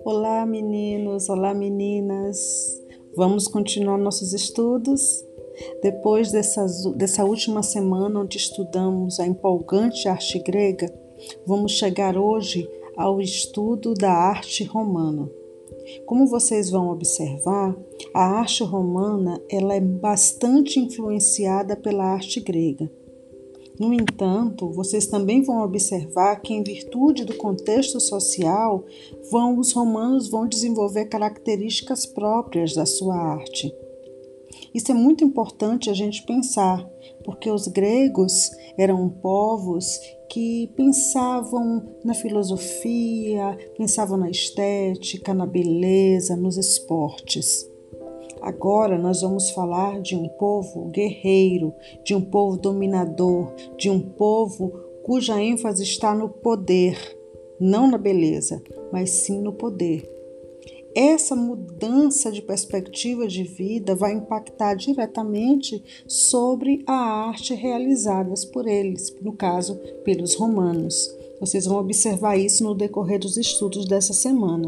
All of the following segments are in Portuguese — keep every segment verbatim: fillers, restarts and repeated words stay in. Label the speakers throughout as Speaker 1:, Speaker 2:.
Speaker 1: Olá, meninos, olá, meninas. Vamos continuar nossos estudos? Depois dessas, dessa última semana onde estudamos a empolgante arte grega, vamos chegar hoje ao estudo da arte romana. Como vocês vão observar, a arte romana ela é bastante influenciada pela arte grega. No entanto, vocês também vão observar que, em virtude do contexto social, vão, os romanos vão desenvolver características próprias da sua arte. Isso é muito importante a gente pensar, porque os gregos eram povos que pensavam na filosofia, pensavam na estética, na beleza, nos esportes. Agora nós vamos falar de um povo guerreiro, de um povo dominador, de um povo cuja ênfase está no poder, não na beleza, mas sim no poder. Essa mudança de perspectiva de vida vai impactar diretamente sobre a arte realizada por eles, no caso, pelos romanos. Vocês vão observar isso no decorrer dos estudos dessa semana.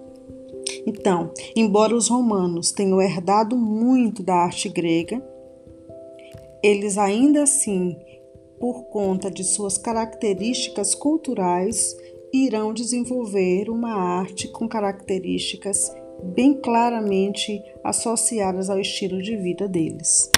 Speaker 1: Então, embora os romanos tenham herdado muito da arte grega, eles ainda assim, por conta de suas características culturais, irão desenvolver uma arte com características bem claramente associadas ao estilo de vida deles.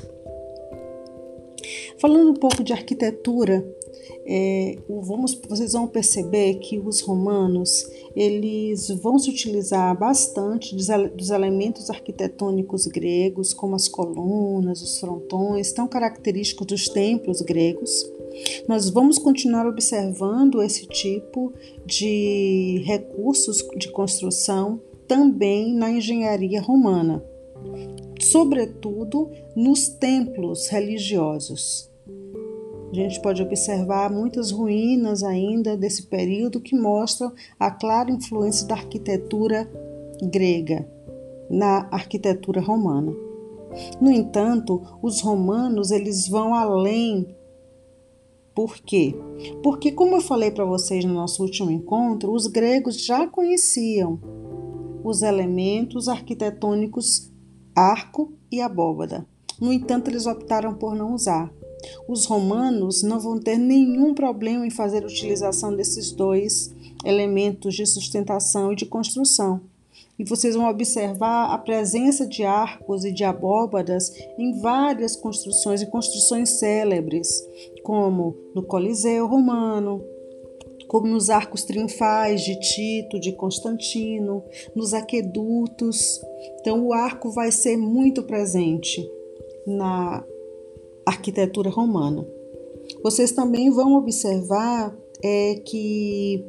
Speaker 1: Falando um pouco de arquitetura, é, vamos, vocês vão perceber que os romanos eles vão se utilizar bastante dos, dos elementos arquitetônicos gregos, como as colunas, os frontões, tão característicos dos templos gregos. Nós vamos continuar observando esse tipo de recursos de construção também na engenharia romana, sobretudo nos templos religiosos. A gente pode observar muitas ruínas ainda desse período que mostram a clara influência da arquitetura grega na arquitetura romana. No entanto, os romanos eles vão além. Por quê? Porque, como eu falei para vocês no nosso último encontro, os gregos já conheciam os elementos arquitetônicos arco e abóbada. No entanto, eles optaram por não usar. Os romanos não vão ter nenhum problema em fazer utilização desses dois elementos de sustentação e de construção. E vocês vão observar a presença de arcos e de abóbadas em várias construções, e construções célebres, como no Coliseu Romano, como nos arcos triunfais de Tito, de Constantino, nos aquedutos. Então, o arco vai ser muito presente na arquitetura romana. Vocês também vão observar é, que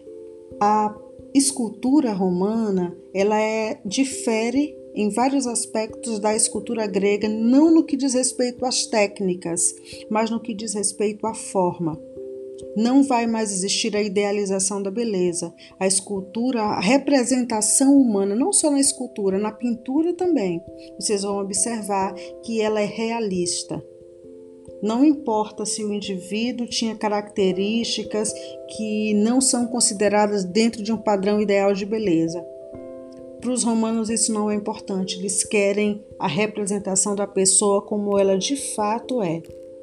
Speaker 1: a escultura romana ela é, difere em vários aspectos da escultura grega, não no que diz respeito às técnicas, mas no que diz respeito à forma. Não vai mais existir a idealização da beleza. A escultura, a representação humana, não só na escultura, na pintura também, vocês vão observar que ela é realista. Não importa se o indivíduo tinha características que não são consideradas dentro de um padrão ideal de beleza. Para os romanos isso não é importante, eles querem a representação da pessoa como ela de fato é.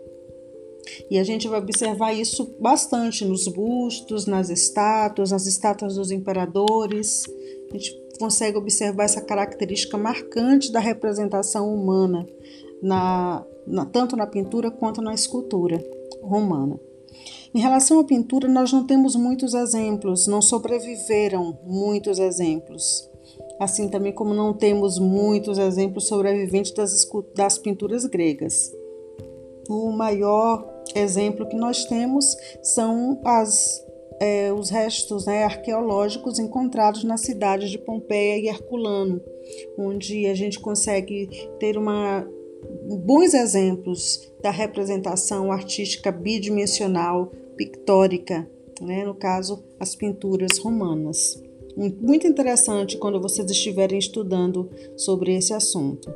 Speaker 1: E a gente vai observar isso bastante nos bustos, nas estátuas, nas estátuas dos imperadores. A gente consegue observar essa característica marcante da representação humana, na, na, tanto na pintura quanto na escultura romana. Em relação à pintura, nós não temos muitos exemplos, não sobreviveram muitos exemplos. Assim também como não temos muitos exemplos sobreviventes das, das pinturas gregas. O maior exemplo que nós temos são as, é, os restos né, arqueológicos encontrados na cidade de Pompeia e Herculano, onde a gente consegue ter uma, bons exemplos da representação artística bidimensional, pictórica, né, no caso, as pinturas romanas. Muito interessante quando vocês estiverem estudando sobre esse assunto.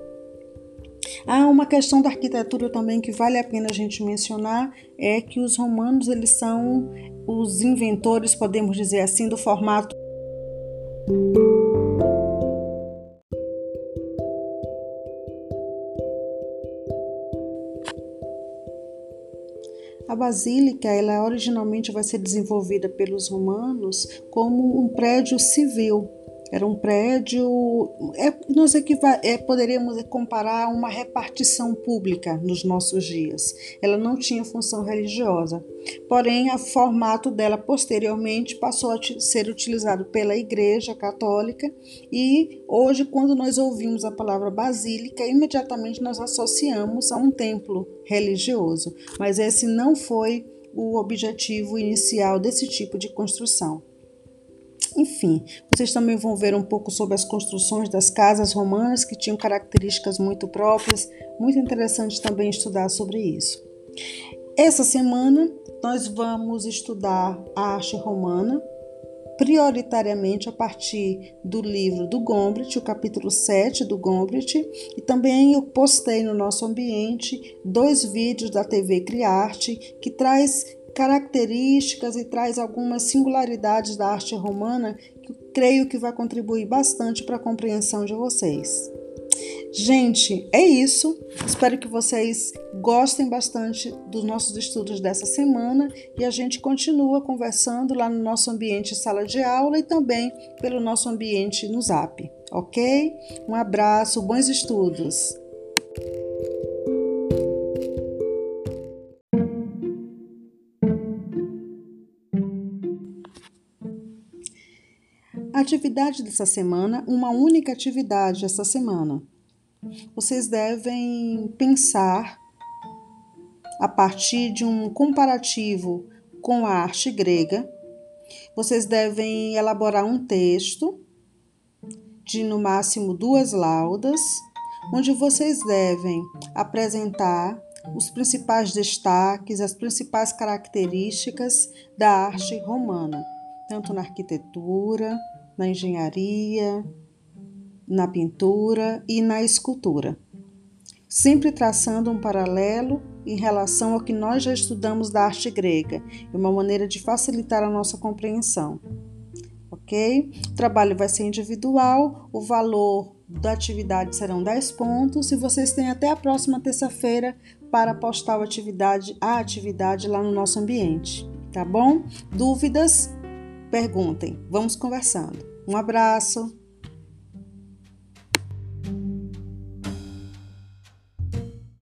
Speaker 1: Há uma questão da arquitetura também que vale a pena a gente mencionar, é que os romanos eles são os inventores, podemos dizer assim, do formato A basílica, ela originalmente vai ser desenvolvida pelos romanos como um prédio civil. Era um prédio, é, nós equiva, é, poderíamos comparar a uma repartição pública nos nossos dias. Ela não tinha função religiosa, porém, o formato dela posteriormente passou a ser utilizado pela Igreja Católica e hoje, quando nós ouvimos a palavra basílica, imediatamente nós associamos a um templo religioso, mas esse não foi o objetivo inicial desse tipo de construção. Enfim, vocês também vão ver um pouco sobre as construções das casas romanas, que tinham características muito próprias, muito interessante também estudar sobre isso. Essa semana, nós vamos estudar a arte romana, prioritariamente a partir do livro do Gombrich, o capítulo sete do Gombrich, e também eu postei no nosso ambiente dois vídeos da T V Criarte, que traz características e traz algumas singularidades da arte romana que eu creio que vai contribuir bastante para a compreensão de vocês. Gente, é isso. Espero que vocês gostem bastante dos nossos estudos dessa semana e a gente continua conversando lá no nosso ambiente sala de aula e também pelo nosso ambiente no Zap, ok? Um abraço, bons estudos! Atividade dessa semana, uma única atividade essa semana. Vocês devem pensar a partir de um comparativo com a arte grega. Vocês devem elaborar um texto de no máximo duas laudas, onde vocês devem apresentar os principais destaques, as principais características da arte romana, tanto na arquitetura, na engenharia, na pintura e na escultura. Sempre traçando um paralelo em relação ao que nós já estudamos da arte grega, é uma maneira de facilitar a nossa compreensão, ok? O trabalho vai ser individual, o valor da atividade serão dez pontos e vocês têm até a próxima terça-feira para postar a atividade, a atividade lá no nosso ambiente, tá bom? Dúvidas? Perguntem, vamos conversando. Um abraço!